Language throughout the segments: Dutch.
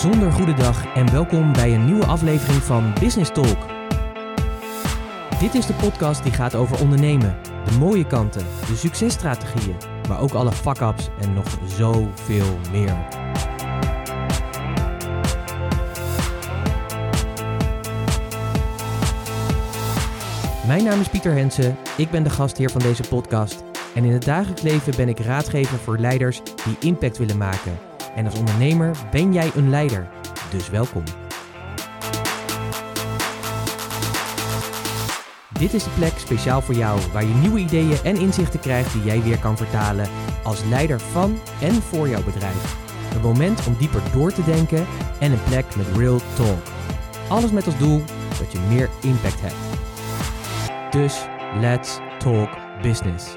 bijzonder goede dag en welkom bij een nieuwe aflevering van Business Talk. Dit is de podcast die gaat over ondernemen, de mooie kanten, de successtrategieën, maar ook alle fuck-ups en nog zoveel meer. Mijn naam is Pieter Hensen, ik ben de gastheer van deze podcast en in het dagelijks leven ben ik raadgever voor leiders die impact willen maken. En als ondernemer ben jij een leider, dus welkom. Dit is de plek speciaal voor jou, waar je nieuwe ideeën en inzichten krijgt die jij weer kan vertalen als leider van en voor jouw bedrijf. Een moment om dieper door te denken en een plek met real talk. Alles met als doel dat je meer impact hebt. Dus let's talk business.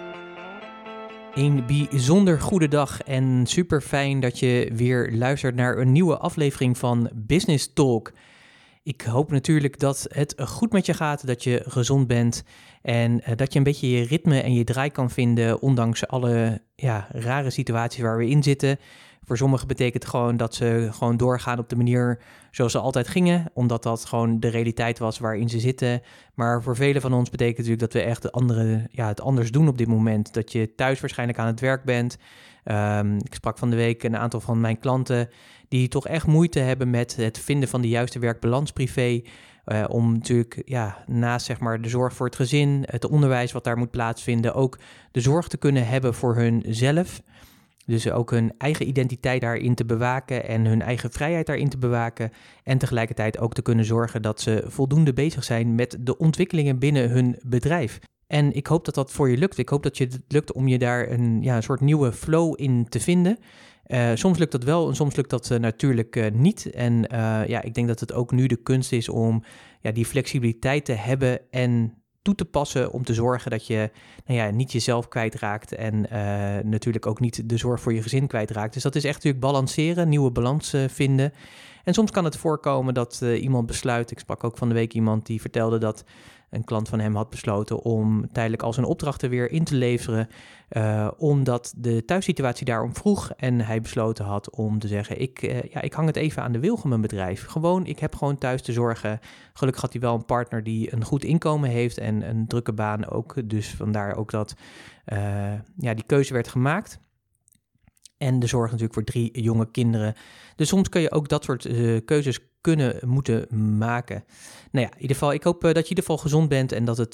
Een bijzonder goede dag en super fijn dat je weer luistert naar een nieuwe aflevering van Business Talk. Ik hoop natuurlijk dat het goed met je gaat, dat je gezond bent en dat je een beetje je ritme en je draai kan vinden, ondanks alle rare situaties waar we in zitten. Voor sommigen betekent het gewoon dat ze gewoon doorgaan op de manier zoals ze altijd gingen, omdat dat gewoon de realiteit was waarin ze zitten. Maar voor velen van ons betekent het natuurlijk dat we echt het anders doen op dit moment. Dat je thuis waarschijnlijk aan het werk bent. Ik sprak van de week een aantal van mijn klanten die toch echt moeite hebben met het vinden van de juiste werkbalans privé. Om natuurlijk naast zeg maar de zorg voor het gezin, het onderwijs wat daar moet plaatsvinden, ook de zorg te kunnen hebben voor hunzelf. Dus ook hun eigen identiteit daarin te bewaken en hun eigen vrijheid daarin te bewaken. En tegelijkertijd ook te kunnen zorgen dat ze voldoende bezig zijn met de ontwikkelingen binnen hun bedrijf. En ik hoop dat dat voor je lukt. Ik hoop dat het lukt om je daar een soort nieuwe flow in te vinden. Soms lukt dat wel en soms lukt dat natuurlijk niet. En ik denk dat het ook nu de kunst is om die flexibiliteit te hebben en toe te passen om te zorgen dat je niet jezelf kwijtraakt en natuurlijk ook niet de zorg voor je gezin kwijtraakt. Dus dat is echt natuurlijk balanceren, nieuwe balans vinden. En soms kan het voorkomen dat iemand besluit, ik sprak ook van de week iemand die vertelde dat een klant van hem had besloten om tijdelijk al zijn opdrachten weer in te leveren, omdat de thuissituatie daarom vroeg en hij besloten had om te zeggen, ik hang het even aan de wilgen mijn bedrijf. Ik heb gewoon thuis te zorgen. Gelukkig had hij wel een partner die een goed inkomen heeft en een drukke baan ook, dus vandaar ook dat die keuze werd gemaakt. En de zorg natuurlijk voor 3 jonge kinderen. Dus soms kun je ook dat soort keuzes moeten maken. In ieder geval, ik hoop dat je in ieder geval gezond bent en dat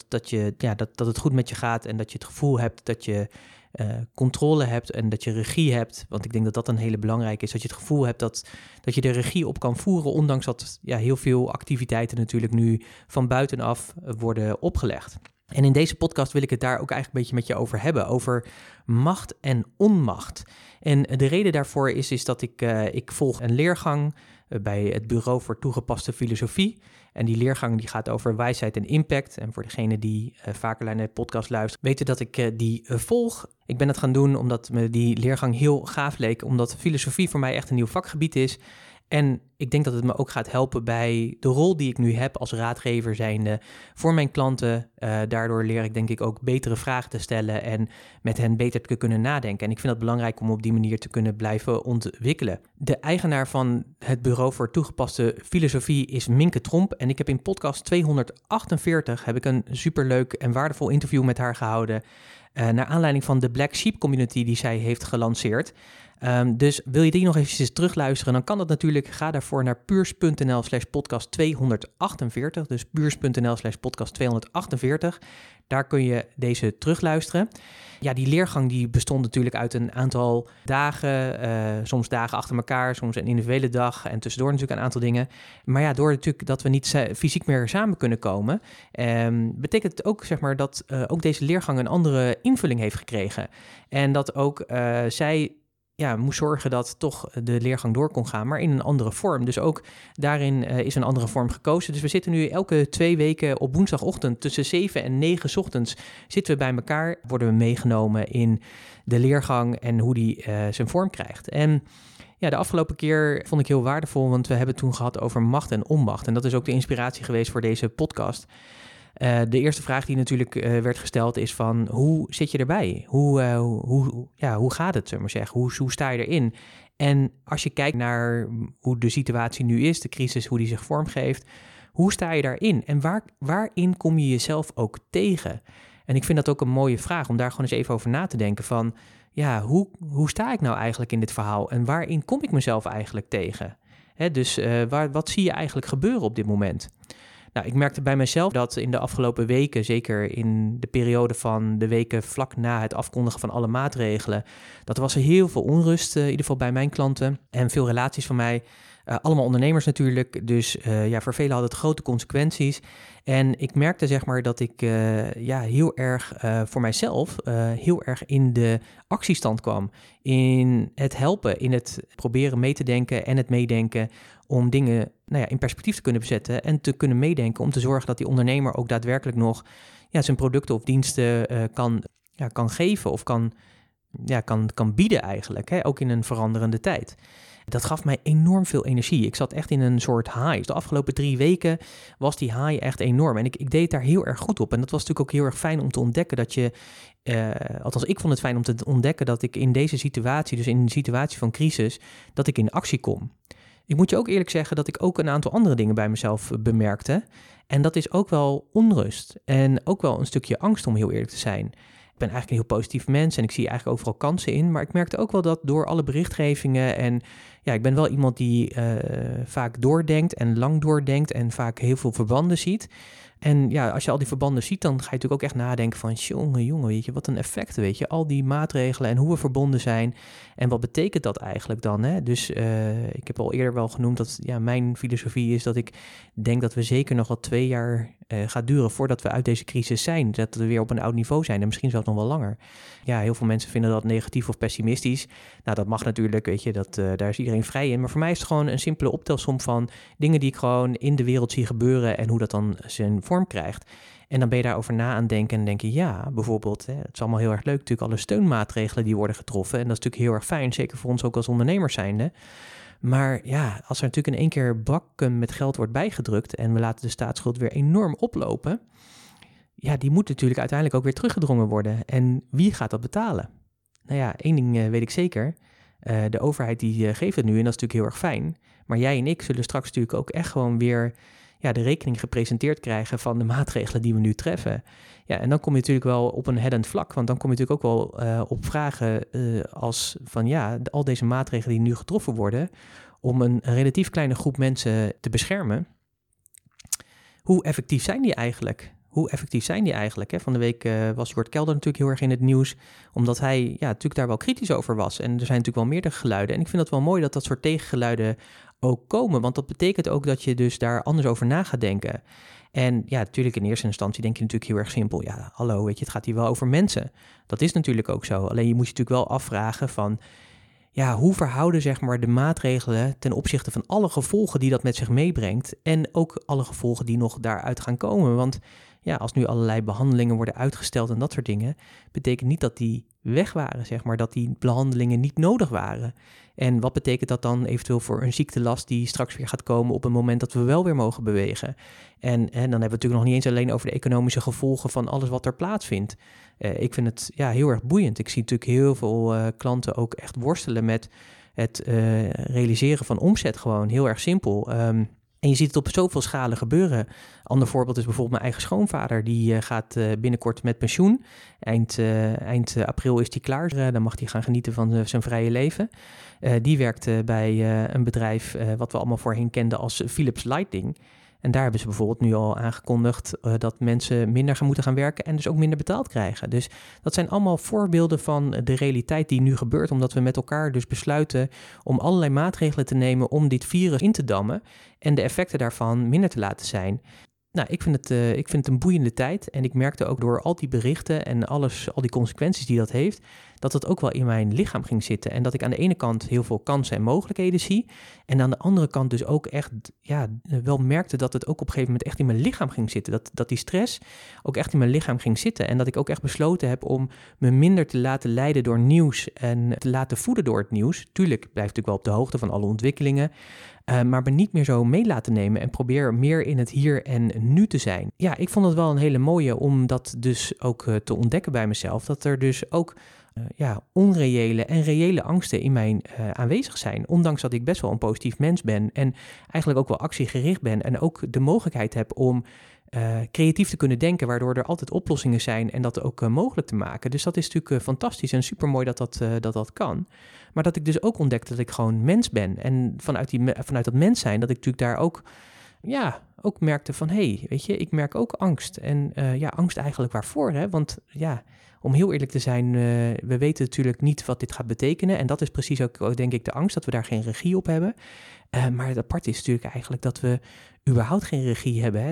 het goed met je gaat en dat je het gevoel hebt dat je controle hebt en dat je regie hebt. Want ik denk dat dat een hele belangrijke is. Dat je het gevoel hebt dat je de regie op kan voeren, ondanks dat heel veel activiteiten natuurlijk nu van buitenaf worden opgelegd. En in deze podcast wil ik het daar ook eigenlijk een beetje met je over hebben, over macht en onmacht. En de reden daarvoor is dat ik volg een leergang bij het Bureau voor Toegepaste Filosofie. En die leergang die gaat over wijsheid en impact. En voor degene die vaker naar de podcast luistert, weten dat ik die volg. Ik ben het gaan doen omdat me die leergang heel gaaf leek, omdat filosofie voor mij echt een nieuw vakgebied is. En ik denk dat het me ook gaat helpen bij de rol die ik nu heb als raadgever zijnde voor mijn klanten. Daardoor leer ik denk ik ook betere vragen te stellen en met hen beter te kunnen nadenken. En ik vind het belangrijk om op die manier te kunnen blijven ontwikkelen. De eigenaar van het Bureau voor Toegepaste Filosofie is Minke Tromp. En ik heb in podcast 248 heb ik een superleuk en waardevol interview met haar gehouden. Naar aanleiding van de Black Sheep Community die zij heeft gelanceerd. Dus wil je die nog eventjes terugluisteren, dan kan dat natuurlijk. Ga daarvoor naar puurs.nl/podcast 248. Dus puurs.nl/podcast 248. Daar kun je deze terugluisteren. Ja, die leergang die bestond natuurlijk uit een aantal dagen. Soms dagen achter elkaar, soms een individuele dag. En tussendoor natuurlijk een aantal dingen. Maar ja, door natuurlijk dat we niet fysiek meer samen kunnen komen, betekent het ook zeg maar dat ook deze leergang een andere invulling heeft gekregen. En dat ook zij moest zorgen dat toch de leergang door kon gaan, maar in een andere vorm. Dus ook daarin is een andere vorm gekozen. Dus we zitten nu elke 2 weken op woensdagochtend tussen 7 en 9 's ochtends zitten we bij elkaar, worden we meegenomen in de leergang en hoe die zijn vorm krijgt. En de afgelopen keer vond ik heel waardevol, want we hebben het toen gehad over macht en onmacht. En dat is ook de inspiratie geweest voor deze podcast. De eerste vraag die natuurlijk werd gesteld is van, hoe zit je erbij? Hoe gaat het, zullen we maar zeggen? Hoe sta je erin? En als je kijkt naar hoe de situatie nu is, de crisis, hoe die zich vormgeeft, hoe sta je daarin? En waarin kom je jezelf ook tegen? En ik vind dat ook een mooie vraag om daar gewoon eens even over na te denken van, ja, hoe sta ik nou eigenlijk in dit verhaal? En waarin kom ik mezelf eigenlijk tegen? Dus wat zie je eigenlijk gebeuren op dit moment? Nou, ik merkte bij mezelf dat in de afgelopen weken, zeker in de periode van de weken vlak na het afkondigen van alle maatregelen, dat er was heel veel onrust, in ieder geval bij mijn klanten en veel relaties van mij. Allemaal ondernemers natuurlijk, dus voor velen had het grote consequenties. En ik merkte zeg maar dat ik heel erg voor mijzelf heel erg in de actiestand kwam. In het helpen, in het proberen mee te denken en het meedenken om dingen in perspectief te kunnen zetten en te kunnen meedenken om te zorgen dat die ondernemer ook daadwerkelijk nog zijn producten of diensten kan geven of kan bieden eigenlijk, ook in een veranderende tijd. Dat gaf mij enorm veel energie. Ik zat echt in een soort high. De afgelopen 3 weken was die high echt enorm. En ik deed daar heel erg goed op. En dat was natuurlijk ook heel erg fijn om te ontdekken dat je... althans, ik vond het fijn om te ontdekken dat ik in deze situatie, dus in een situatie van crisis, dat ik in actie kom. Ik moet je ook eerlijk zeggen dat ik ook een aantal andere dingen bij mezelf bemerkte. En dat is ook wel onrust. En ook wel een stukje angst, om heel eerlijk te zijn. Ik ben eigenlijk een heel positief mens en ik zie eigenlijk overal kansen in. Maar ik merkte ook wel dat door alle berichtgevingen en ik ben wel iemand die vaak doordenkt en lang doordenkt en vaak heel veel verbanden ziet. En als je al die verbanden ziet, dan ga je natuurlijk ook echt nadenken van, jongen, weet je, wat een effect, weet je. Al die maatregelen en hoe we verbonden zijn en wat betekent dat eigenlijk dan, hè? Dus ik heb al eerder wel genoemd dat mijn filosofie is dat ik denk dat we zeker nog wel 2 jaar gaat duren voordat we uit deze crisis zijn. Dat we weer op een oud niveau zijn en misschien zelfs nog wel langer. Ja, heel veel mensen vinden dat negatief of pessimistisch. Nou, dat mag natuurlijk, weet je, daar is iedereen vrij in. Maar voor mij is het gewoon een simpele optelsom van dingen die ik gewoon in de wereld zie gebeuren en hoe dat dan zijn vorm krijgt. En dan ben je daarover na aan denken en denk je, bijvoorbeeld, het is allemaal heel erg leuk natuurlijk, alle steunmaatregelen die worden getroffen. En dat is natuurlijk heel erg fijn, zeker voor ons ook als ondernemers zijnde. Maar als er natuurlijk in één keer bakken met geld wordt bijgedrukt en we laten de staatsschuld weer enorm oplopen, die moet natuurlijk uiteindelijk ook weer teruggedrongen worden. En wie gaat dat betalen? Nou 1 ding weet ik zeker. De overheid die geeft het nu en dat is natuurlijk heel erg fijn. Maar jij en ik zullen straks natuurlijk ook echt gewoon weer de rekening gepresenteerd krijgen van de maatregelen die we nu treffen. Ja, en dan kom je natuurlijk wel op een headend vlak, want dan kom je natuurlijk ook wel op vragen als van al deze maatregelen die nu getroffen worden om een relatief kleine groep mensen te beschermen. Hoe effectief zijn die eigenlijk? Hè? Van de week was Jort Kelder natuurlijk heel erg in het nieuws, omdat hij natuurlijk daar wel kritisch over was. En er zijn natuurlijk wel meerdere geluiden. En ik vind het wel mooi dat dat soort tegengeluiden ook komen, want dat betekent ook dat je dus daar anders over na gaat denken. En natuurlijk in eerste instantie denk je natuurlijk heel erg simpel. Hallo, weet je, het gaat hier wel over mensen. Dat is natuurlijk ook zo. Alleen je moet je natuurlijk wel afvragen van, hoe verhouden zeg maar de maatregelen ten opzichte van alle gevolgen die dat met zich meebrengt en ook alle gevolgen die nog daaruit gaan komen. Want als nu allerlei behandelingen worden uitgesteld en dat soort dingen, betekent niet dat die weg waren, zeg maar, dat die behandelingen niet nodig waren. En wat betekent dat dan eventueel voor een ziektelast die straks weer gaat komen op een moment dat we wel weer mogen bewegen? En dan hebben we het natuurlijk nog niet eens alleen over de economische gevolgen van alles wat er plaatsvindt. Ik vind het heel erg boeiend. Ik zie natuurlijk heel veel klanten ook echt worstelen met het realiseren van omzet, gewoon heel erg simpel. En je ziet het op zoveel schalen gebeuren. Ander voorbeeld is bijvoorbeeld mijn eigen schoonvader. Die gaat binnenkort met pensioen. Eind april is hij klaar. Dan mag hij gaan genieten van zijn vrije leven. Die werkte bij een bedrijf wat we allemaal voorheen kenden als Philips Lighting. En daar hebben ze bijvoorbeeld nu al aangekondigd dat mensen minder moeten gaan werken en dus ook minder betaald krijgen. Dus dat zijn allemaal voorbeelden van de realiteit die nu gebeurt, omdat we met elkaar dus besluiten om allerlei maatregelen te nemen om dit virus in te dammen en de effecten daarvan minder te laten zijn. Nou, ik vind het een boeiende tijd en ik merkte ook door al die berichten en al die consequenties die dat heeft, dat het ook wel in mijn lichaam ging zitten. En dat ik aan de ene kant heel veel kansen en mogelijkheden zie en aan de andere kant dus ook echt wel merkte dat het ook op een gegeven moment echt in mijn lichaam ging zitten. Dat die stress ook echt in mijn lichaam ging zitten en dat ik ook echt besloten heb om me minder te laten leiden door nieuws en te laten voeden door het nieuws. Tuurlijk blijf ik natuurlijk wel op de hoogte van alle ontwikkelingen, maar me niet meer zo mee laten nemen en probeer meer in het hier en nu te zijn. Ja, ik vond het wel een hele mooie om dat dus ook te ontdekken bij mezelf. Dat er dus ook onreële en reële angsten in mij aanwezig zijn. Ondanks dat ik best wel een positief mens ben en eigenlijk ook wel actiegericht ben en ook de mogelijkheid heb om creatief te kunnen denken, waardoor er altijd oplossingen zijn en dat ook mogelijk te maken. Dus dat is natuurlijk fantastisch en supermooi dat kan. Maar dat ik dus ook ontdekte dat ik gewoon mens ben. En vanuit dat mens zijn, dat ik natuurlijk daar ook merkte van, weet je, ik merk ook angst. En angst eigenlijk waarvoor, hè? Want om heel eerlijk te zijn, we weten natuurlijk niet wat dit gaat betekenen. En dat is precies ook, denk ik, de angst, dat we daar geen regie op hebben. Maar het apart is natuurlijk eigenlijk dat we überhaupt geen regie hebben. Hè?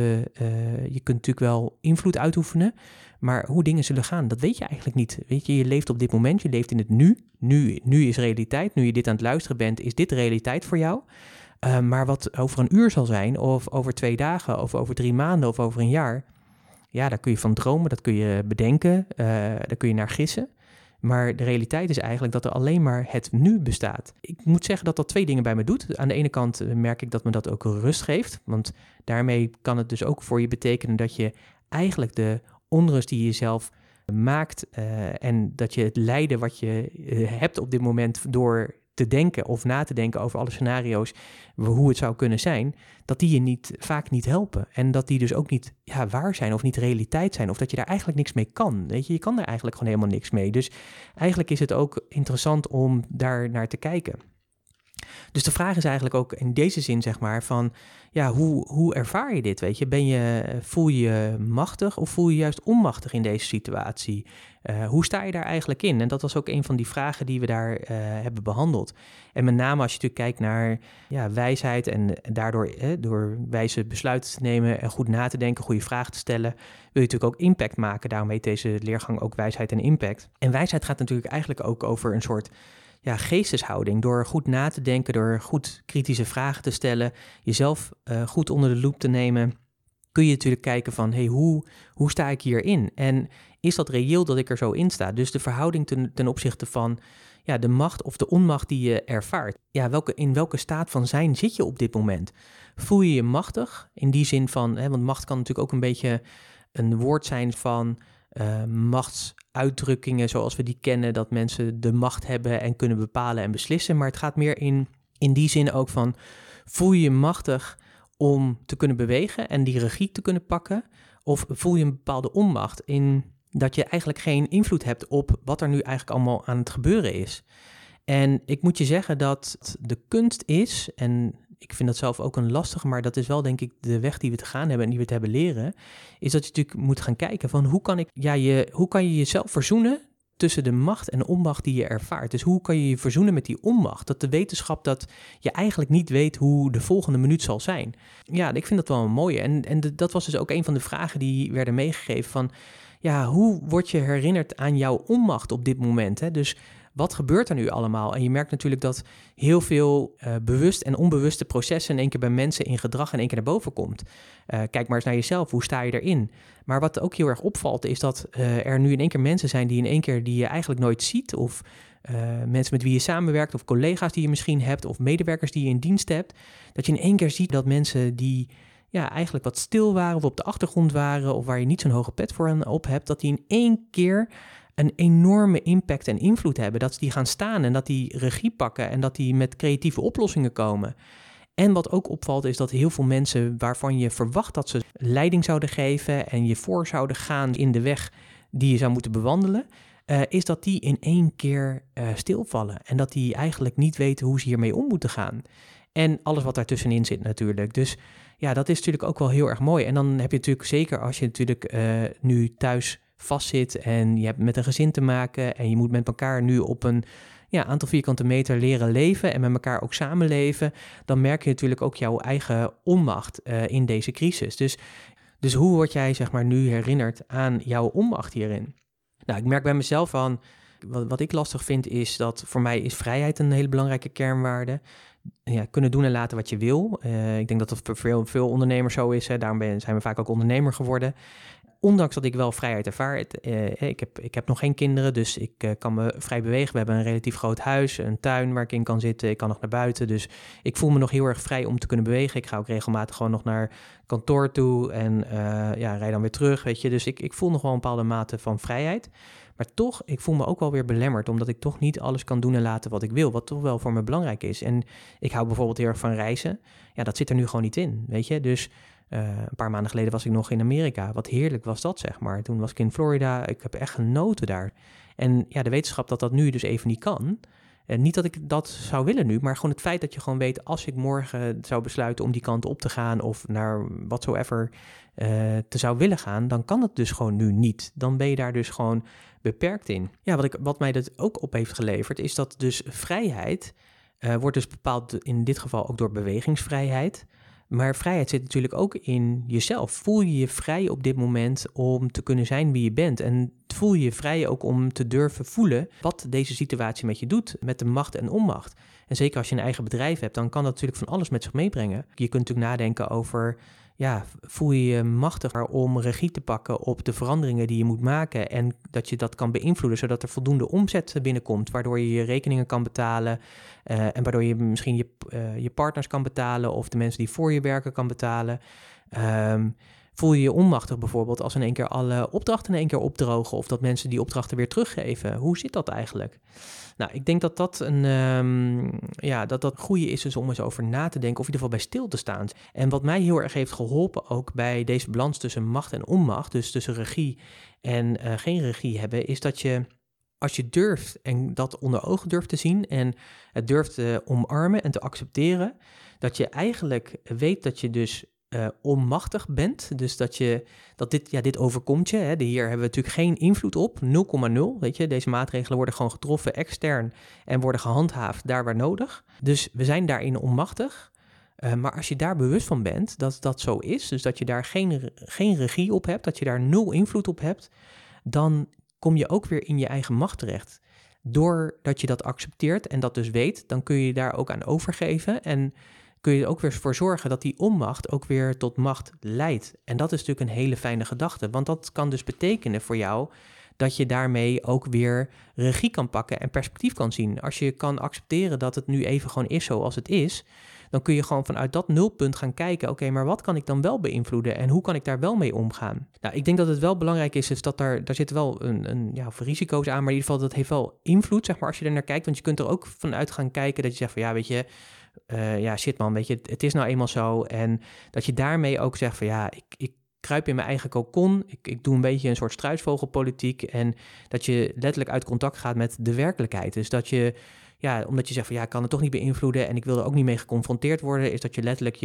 Je kunt natuurlijk wel invloed uitoefenen, maar hoe dingen zullen gaan, dat weet je eigenlijk niet. Weet je leeft op dit moment, je leeft in het nu. Nu is realiteit. Nu je dit aan het luisteren bent, is dit realiteit voor jou. Maar wat over een uur zal zijn, of over 2 dagen, of over 3 maanden, of over een jaar, daar kun je van dromen, dat kun je bedenken, daar kun je naar gissen. Maar de realiteit is eigenlijk dat er alleen maar het nu bestaat. Ik moet zeggen dat 2 dingen bij me doet. Aan de ene kant merk ik dat me dat ook rust geeft. Want daarmee kan het dus ook voor je betekenen dat je eigenlijk de onrust die je zelf maakt en dat je het lijden wat je hebt op dit moment door te denken of na te denken over alle scenario's, hoe het zou kunnen zijn, dat die je vaak niet helpen. En dat die dus ook niet waar zijn of niet realiteit zijn. Of dat je daar eigenlijk niks mee kan. Weet je kan daar eigenlijk gewoon helemaal niks mee. Dus eigenlijk is het ook interessant om daar naar te kijken. Dus de vraag is eigenlijk ook in deze zin, zeg maar, van hoe ervaar je dit, weet je? Voel je je machtig of voel je juist onmachtig in deze situatie? Hoe sta je daar eigenlijk in? En dat was ook een van die vragen die we daar hebben behandeld. En met name als je natuurlijk kijkt naar wijsheid en daardoor door wijze besluiten te nemen en goed na te denken, goede vragen te stellen, wil je natuurlijk ook impact maken. Daarom heet deze leergang ook wijsheid en impact. En wijsheid gaat natuurlijk eigenlijk ook over een soort geesteshouding. Door goed na te denken, door goed kritische vragen te stellen, jezelf goed onder de loep te nemen, kun je natuurlijk kijken van, hoe sta ik hierin? En is dat reëel dat ik er zo in sta? Dus de verhouding ten opzichte van de macht of de onmacht die je ervaart. In welke staat van zijn zit je op dit moment? Voel je je machtig? In die zin van, want macht kan natuurlijk ook een beetje een woord zijn van machtsuitdrukkingen zoals we die kennen, dat mensen de macht hebben en kunnen bepalen en beslissen. Maar het gaat meer in die zin ook van, voel je je machtig om te kunnen bewegen en die regie te kunnen pakken? Of voel je een bepaalde onmacht in dat je eigenlijk geen invloed hebt op wat er nu eigenlijk allemaal aan het gebeuren is? En ik moet je zeggen dat de kunst is, en ik vind dat zelf ook een lastige, maar dat is wel denk ik de weg die we te gaan hebben en die we te hebben leren, is dat je natuurlijk moet gaan kijken van hoe kan je jezelf verzoenen tussen de macht en onmacht die je ervaart. Dus hoe kan je je verzoenen met die onmacht? Dat de wetenschap dat je eigenlijk niet weet hoe de volgende minuut zal zijn. Ja, ik vind dat wel een mooie. En dat was dus ook een van de vragen die werden meegegeven van, hoe word je herinnerd aan jouw onmacht op dit moment? Hè? Dus wat gebeurt er nu allemaal? En je merkt natuurlijk dat heel veel bewust en onbewuste processen in één keer bij mensen in gedrag in één keer naar boven komt. Kijk maar eens naar jezelf, hoe sta je erin? Maar wat ook heel erg opvalt is dat er nu in één keer mensen zijn die je eigenlijk nooit ziet, of mensen met wie je samenwerkt, of collega's die je misschien hebt, of medewerkers die je in dienst hebt, dat je in één keer ziet dat mensen die eigenlijk wat stil waren of op de achtergrond waren, of waar je niet zo'n hoge pet voor hen op hebt, dat die in één keer een enorme impact en invloed hebben. Dat die gaan staan en dat die regie pakken en dat die met creatieve oplossingen komen. En wat ook opvalt is dat heel veel mensen waarvan je verwacht dat ze leiding zouden geven en je voor zouden gaan in de weg die je zou moeten bewandelen, is dat die in één keer stilvallen. En dat die eigenlijk niet weten hoe ze hiermee om moeten gaan. En alles wat daartussenin zit natuurlijk. Dus dat is natuurlijk ook wel heel erg mooi. En dan heb je natuurlijk zeker als je natuurlijk nu thuis vastzit en je hebt met een gezin te maken en je moet met elkaar nu op een aantal vierkante meter leren leven en met elkaar ook samenleven, dan merk je natuurlijk ook jouw eigen onmacht in deze crisis. Dus hoe word jij zeg maar nu herinnerd aan jouw onmacht hierin? Nou, ik merk bij mezelf van, wat ik lastig vind is dat voor mij is vrijheid een hele belangrijke kernwaarde. Kunnen doen en laten wat je wil. Ik denk dat dat voor veel ondernemers zo is. Hè. Daarom zijn we vaak ook ondernemer geworden. ondanks dat ik wel vrijheid ervaar, ik heb nog geen kinderen, dus ik kan me vrij bewegen. We hebben een relatief groot huis, een tuin waar ik in kan zitten. Ik kan nog naar buiten, dus ik voel me nog heel erg vrij om te kunnen bewegen. Ik ga ook regelmatig gewoon nog naar kantoor toe en rijd dan weer terug, weet je. Dus ik voel nog wel een bepaalde mate van vrijheid. Maar toch, ik voel me ook wel weer belemmerd, omdat ik toch niet alles kan doen en laten wat ik wil, wat toch wel voor me belangrijk is. En ik hou bijvoorbeeld heel erg van reizen. Ja, dat zit er nu gewoon niet in, weet je. Dus een paar maanden geleden was ik nog in Amerika. Wat heerlijk was dat, zeg maar. Toen was ik in Florida. Ik heb echt genoten daar. En ja, de wetenschap dat dat nu dus even niet kan. Niet dat ik dat zou willen nu, maar gewoon het feit dat je gewoon weet, als ik morgen zou besluiten om die kant op te gaan of naar whatsoever te zou willen gaan, dan kan het dus gewoon nu niet. Dan ben je daar dus gewoon beperkt in. Ja, wat mij dat ook op heeft geleverd, is dat dus vrijheid wordt dus bepaald in dit geval ook door bewegingsvrijheid. Maar vrijheid zit natuurlijk ook in jezelf. Voel je je vrij op dit moment om te kunnen zijn wie je bent? En voel je je vrij ook om te durven voelen wat deze situatie met je doet, met de macht en onmacht? En zeker als je een eigen bedrijf hebt, dan kan dat natuurlijk van alles met zich meebrengen. Je kunt natuurlijk nadenken over, voel je je machtiger om regie te pakken op de veranderingen die je moet maken en dat je dat kan beïnvloeden, zodat er voldoende omzet binnenkomt, waardoor je je rekeningen kan betalen en waardoor je misschien je partners kan betalen of de mensen die voor je werken kan betalen. Voel je je onmachtig bijvoorbeeld als in één keer alle opdrachten in één keer opdrogen of dat mensen die opdrachten weer teruggeven? Hoe zit dat eigenlijk? Nou, ik denk dat dat dat goede is dus om eens over na te denken of in ieder geval bij stil te staan. En wat mij heel erg heeft geholpen ook bij deze balans tussen macht en onmacht, dus tussen regie en geen regie hebben, is dat je, als je durft en dat onder ogen durft te zien en het durft te omarmen en te accepteren, dat je eigenlijk weet dat je dus onmachtig bent, dus dat dit overkomt je. Hè. Hier hebben we natuurlijk geen invloed op, 0,0. Weet je, deze maatregelen worden gewoon getroffen extern en worden gehandhaafd daar waar nodig. Dus we zijn daarin onmachtig. Maar als je daar bewust van bent dat dat zo is, dus dat je daar geen regie op hebt, dat je daar 0 invloed op hebt, dan kom je ook weer in je eigen macht terecht. Doordat je dat accepteert en dat dus weet, dan kun je je daar ook aan overgeven en kun je er ook weer voor zorgen dat die onmacht ook weer tot macht leidt. En dat is natuurlijk een hele fijne gedachte, want dat kan dus betekenen voor jou dat je daarmee ook weer regie kan pakken en perspectief kan zien. Als je kan accepteren dat het nu even gewoon is zoals het is, dan kun je gewoon vanuit dat nulpunt gaan kijken, oké, maar wat kan ik dan wel beïnvloeden en hoe kan ik daar wel mee omgaan? Nou, ik denk dat het wel belangrijk is dat daar zitten wel een risico's aan, maar in ieder geval dat heeft wel invloed, zeg maar, als je er naar kijkt, want je kunt er ook vanuit gaan kijken dat je zegt van ja, weet je, shit man, weet je, het is nou eenmaal zo. En dat je daarmee ook zegt van ja, ik kruip in mijn eigen kokon. Ik doe een beetje een soort struisvogelpolitiek. En dat je letterlijk uit contact gaat met de werkelijkheid. Dus dat je, omdat je zegt van ja, ik kan het toch niet beïnvloeden en ik wil er ook niet mee geconfronteerd worden, is dat je letterlijk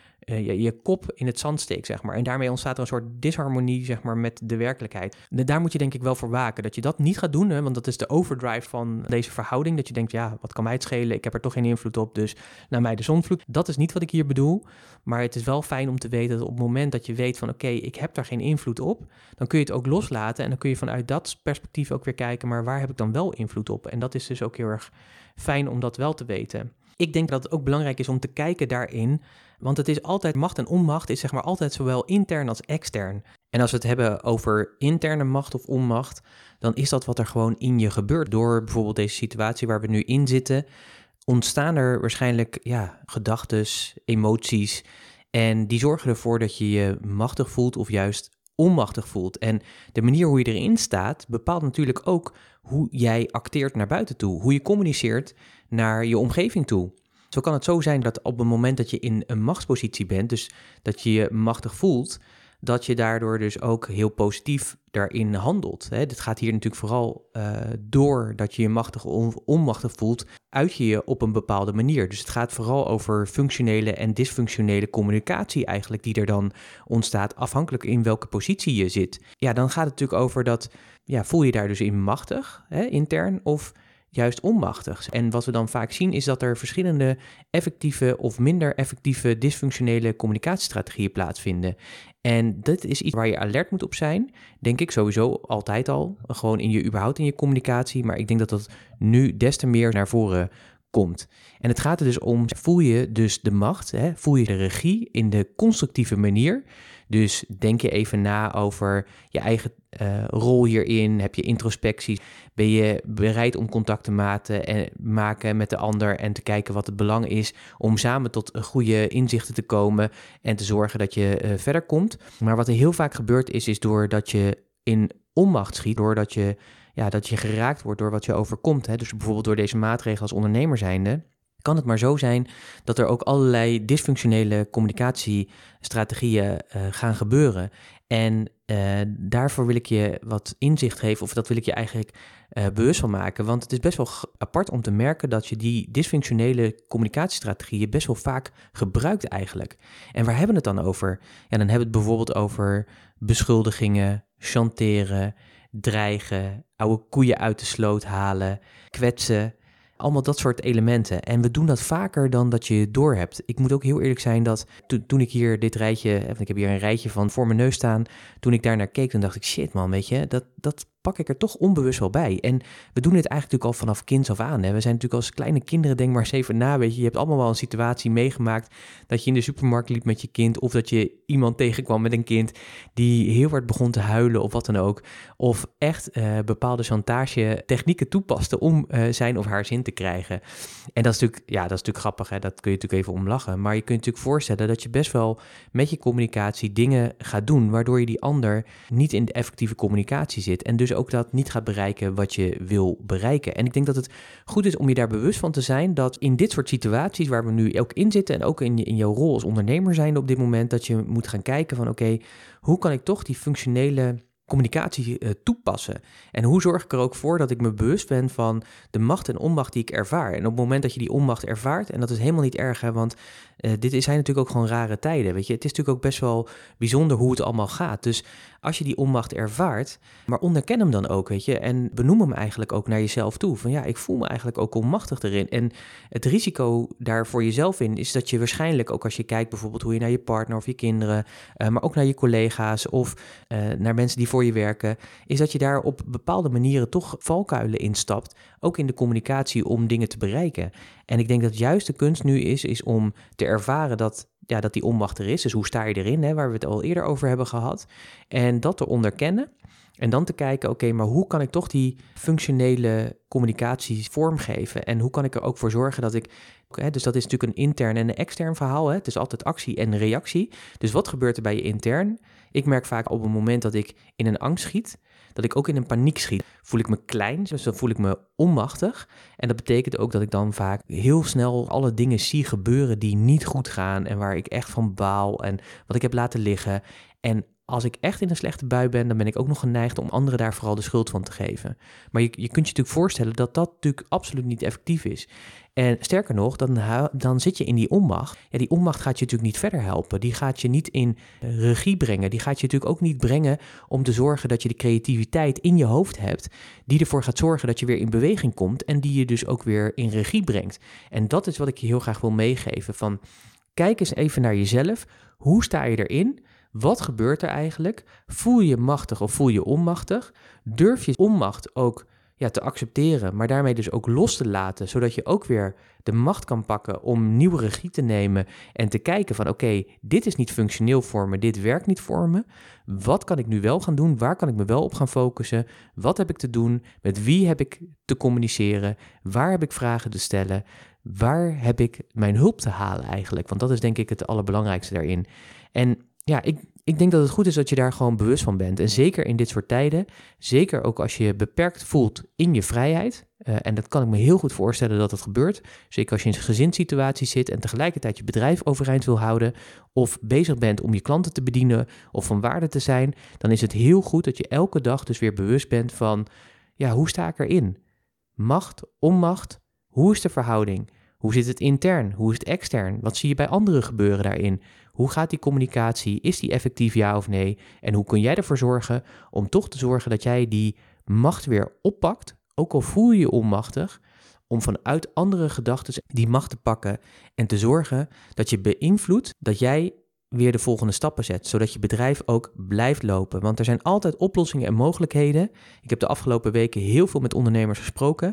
je kop in het zand steekt, zeg maar. En daarmee ontstaat er een soort disharmonie, zeg maar, met de werkelijkheid. Daar moet je denk ik wel voor waken, dat je dat niet gaat doen, hè, want dat is de overdrive van deze verhouding, dat je denkt, ja, wat kan mij het schelen? Ik heb er toch geen invloed op, dus naar mij de zonvloed. Dat is niet wat ik hier bedoel, maar het is wel fijn om te weten dat op het moment dat je weet van, oké, ik heb daar geen invloed op, dan kun je het ook loslaten en dan kun je vanuit dat perspectief ook weer kijken, maar waar heb ik dan wel invloed op? En dat is dus ook heel erg fijn om dat wel te weten. Ik denk dat het ook belangrijk is om te kijken daarin, want het is altijd macht en onmacht is zeg maar altijd zowel intern als extern. En als we het hebben over interne macht of onmacht, dan is dat wat er gewoon in je gebeurt. Door bijvoorbeeld deze situatie waar we nu in zitten, ontstaan er waarschijnlijk gedachtes, emoties en die zorgen ervoor dat je je machtig voelt of juist onmachtig voelt. En de manier hoe je erin staat bepaalt natuurlijk ook hoe jij acteert naar buiten toe, hoe je communiceert naar je omgeving toe. Zo kan het zo zijn dat op het moment dat je in een machtspositie bent, dus dat je je machtig voelt, dat je daardoor dus ook heel positief daarin handelt. Dit gaat hier natuurlijk vooral door dat je je machtig of onmachtig voelt, uit je op een bepaalde manier. Dus het gaat vooral over functionele en dysfunctionele communicatie eigenlijk, die er dan ontstaat, afhankelijk in welke positie je zit. Ja, dan gaat het natuurlijk over dat, voel je daar dus in machtig, intern, of juist onmachtig. En wat we dan vaak zien is dat er verschillende effectieve of minder effectieve dysfunctionele communicatiestrategieën plaatsvinden. En dat is iets waar je alert moet op zijn, denk ik sowieso altijd al, gewoon überhaupt in je communicatie, maar ik denk dat dat nu des te meer naar voren komt. En het gaat er dus om, voel je dus de macht, hè? Voel je de regie in de constructieve manier? Dus denk je even na over je eigen rol hierin. Heb je introspecties? Ben je bereid om contact te maken met de ander en te kijken wat het belang is om samen tot goede inzichten te komen en te zorgen dat je verder komt? Maar wat er heel vaak gebeurt is doordat je in onmacht schiet, doordat je dat je geraakt wordt door wat je overkomt. Hè? Dus bijvoorbeeld door deze maatregelen als ondernemer zijnde, kan het maar zo zijn dat er ook allerlei dysfunctionele communicatiestrategieën gaan gebeuren. En daarvoor wil ik je wat inzicht geven, of dat wil ik je eigenlijk bewust van maken. Want het is best wel apart om te merken dat je die dysfunctionele communicatiestrategieën best wel vaak gebruikt eigenlijk. En waar hebben we het dan over? Ja, dan hebben we het bijvoorbeeld over beschuldigingen, chanteren, dreigen, oude koeien uit de sloot halen, kwetsen. Allemaal dat soort elementen. En we doen dat vaker dan dat je doorhebt. Ik moet ook heel eerlijk zijn dat toen ik hier dit rijtje, ik heb hier een rijtje van voor mijn neus staan, toen ik daar naar keek, dan dacht ik, shit man, weet je, dat pak ik er toch onbewust wel bij. En we doen dit eigenlijk natuurlijk al vanaf kinds af aan. Hè. We zijn natuurlijk als kleine kinderen, denk maar eens even na, weet je. Je hebt allemaal wel een situatie meegemaakt dat je in de supermarkt liep met je kind, of dat je iemand tegenkwam met een kind die heel hard begon te huilen of wat dan ook. Of echt bepaalde chantage technieken toepaste om zijn of haar zin te krijgen. En dat is natuurlijk grappig, hè. Dat kun je natuurlijk even om lachen. Maar je kunt je natuurlijk voorstellen dat je best wel met je communicatie dingen gaat doen waardoor je die ander niet in de effectieve communicatie zit en dus ook dat niet gaat bereiken wat je wil bereiken. En ik denk dat het goed is om je daar bewust van te zijn dat in dit soort situaties waar we nu ook in zitten en ook in jouw rol als ondernemer zijn op dit moment, dat je moet gaan kijken van oké, hoe kan ik toch die functionele communicatie toepassen? En hoe zorg ik er ook voor dat ik me bewust ben van de macht en onmacht die ik ervaar? En op het moment dat je die onmacht ervaart, en dat is helemaal niet erg, hè, want dit zijn natuurlijk ook gewoon rare tijden, weet je. Het is natuurlijk ook best wel bijzonder hoe het allemaal gaat. Dus als je die onmacht ervaart, maar onderken hem dan ook, weet je, en benoem hem eigenlijk ook naar jezelf toe. Van ja, ik voel me eigenlijk ook onmachtig erin. En het risico daar voor jezelf in is dat je waarschijnlijk ook als je kijkt bijvoorbeeld hoe je naar je partner of je kinderen, maar ook naar je collega's of naar mensen die voor je werken, is dat je daar op bepaalde manieren toch valkuilen instapt, ook in de communicatie om dingen te bereiken. En ik denk dat juist de kunst nu is om te ervaren dat die onmacht er is. Dus hoe sta je erin, hè, waar we het al eerder over hebben gehad. En dat te onderkennen. En dan te kijken, oké, maar hoe kan ik toch die functionele communicatie vormgeven? En hoe kan ik er ook voor zorgen dat ik... Dus dat is natuurlijk een intern en een extern verhaal. Hè? Het is altijd actie en reactie. Dus wat gebeurt er bij je intern? Ik merk vaak op het moment dat ik in een angst schiet, dat ik ook in een paniek schiet. Voel ik me klein, dus dan voel ik me onmachtig. En dat betekent ook dat ik dan vaak heel snel alle dingen zie gebeuren die niet goed gaan en waar ik echt van baal en wat ik heb laten liggen. En als ik echt in een slechte bui ben, dan ben ik ook nog geneigd om anderen daar vooral de schuld van te geven. Maar je kunt je natuurlijk voorstellen dat dat natuurlijk absoluut niet effectief is. En sterker nog, dan zit je in die onmacht. Ja, die onmacht gaat je natuurlijk niet verder helpen. Die gaat je niet in regie brengen. Die gaat je natuurlijk ook niet brengen om te zorgen dat je de creativiteit in je hoofd hebt, die ervoor gaat zorgen dat je weer in beweging komt en die je dus ook weer in regie brengt. En dat is wat ik je heel graag wil meegeven. Van, kijk eens even naar jezelf. Hoe sta je erin? Wat gebeurt er eigenlijk? Voel je je machtig of voel je onmachtig? Durf je onmacht ook te accepteren, maar daarmee dus ook los te laten, zodat je ook weer de macht kan pakken om nieuwe regie te nemen en te kijken van oké, dit is niet functioneel voor me, dit werkt niet voor me. Wat kan ik nu wel gaan doen? Waar kan ik me wel op gaan focussen? Wat heb ik te doen? Met wie heb ik te communiceren? Waar heb ik vragen te stellen? Waar heb ik mijn hulp te halen eigenlijk? Want dat is denk ik het allerbelangrijkste daarin. En ja, ik denk dat het goed is dat je daar gewoon bewust van bent. En zeker in dit soort tijden, zeker ook als je je beperkt voelt in je vrijheid. En dat kan ik me heel goed voorstellen dat dat gebeurt. Zeker als je in een gezinssituatie zit en tegelijkertijd je bedrijf overeind wil houden, of bezig bent om je klanten te bedienen of van waarde te zijn, dan is het heel goed dat je elke dag dus weer bewust bent van, ja, hoe sta ik erin? Macht, onmacht, hoe is de verhouding? Hoe zit het intern? Hoe is het extern? Wat zie je bij anderen gebeuren daarin? Hoe gaat die communicatie? Is die effectief, ja of nee? En hoe kun jij ervoor zorgen om toch te zorgen dat jij die macht weer oppakt, ook al voel je je onmachtig, om vanuit andere gedachten die macht te pakken en te zorgen dat je beïnvloedt dat jij weer de volgende stappen zet, zodat je bedrijf ook blijft lopen. Want er zijn altijd oplossingen en mogelijkheden. Ik heb de afgelopen weken heel veel met ondernemers gesproken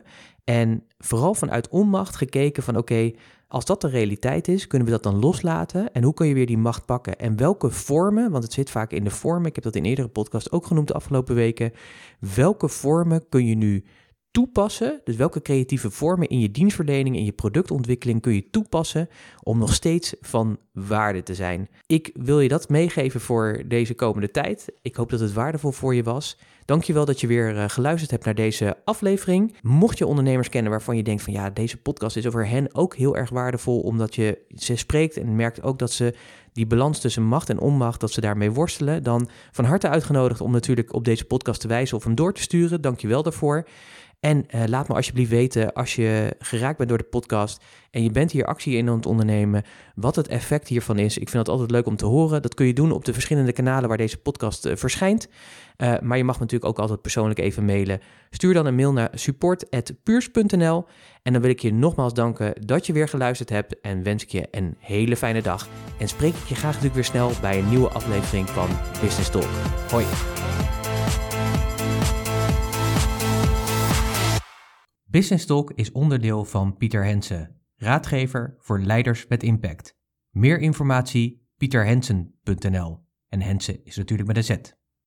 En vooral vanuit onmacht gekeken van oké, als dat de realiteit is, kunnen we dat dan loslaten? En hoe kun je weer die macht pakken? En welke vormen, want het zit vaak in de vormen, ik heb dat in eerdere podcast ook genoemd de afgelopen weken. Welke vormen kun je nu toepassen? Dus welke creatieve vormen in je dienstverlening, in je productontwikkeling kun je toepassen om nog steeds van waarde te zijn? Ik wil je dat meegeven voor deze komende tijd. Ik hoop dat het waardevol voor je was. Dankjewel dat je weer geluisterd hebt naar deze aflevering. Mocht je ondernemers kennen waarvan je denkt van ja, deze podcast is over hen ook heel erg waardevol, omdat je ze spreekt en merkt ook dat ze die balans tussen macht en onmacht, dat ze daarmee worstelen, dan van harte uitgenodigd om natuurlijk op deze podcast te wijzen of hem door te sturen. Dankjewel daarvoor. En laat me alsjeblieft weten als je geraakt bent door de podcast en je bent hier actie in aan het ondernemen, wat het effect hiervan is. Ik vind het altijd leuk om te horen. Dat kun je doen op de verschillende kanalen waar deze podcast verschijnt. Maar je mag me natuurlijk ook altijd persoonlijk even mailen. Stuur dan een mail naar support@puurs.nl en dan wil ik je nogmaals danken dat je weer geluisterd hebt en wens ik je een hele fijne dag. En spreek ik je graag natuurlijk weer snel bij een nieuwe aflevering van Business Talk. Hoi! Business Talk is onderdeel van Pieter Hensen, raadgever voor leiders met impact. Meer informatie pieterhensen.nl en Hensen is natuurlijk met een Z.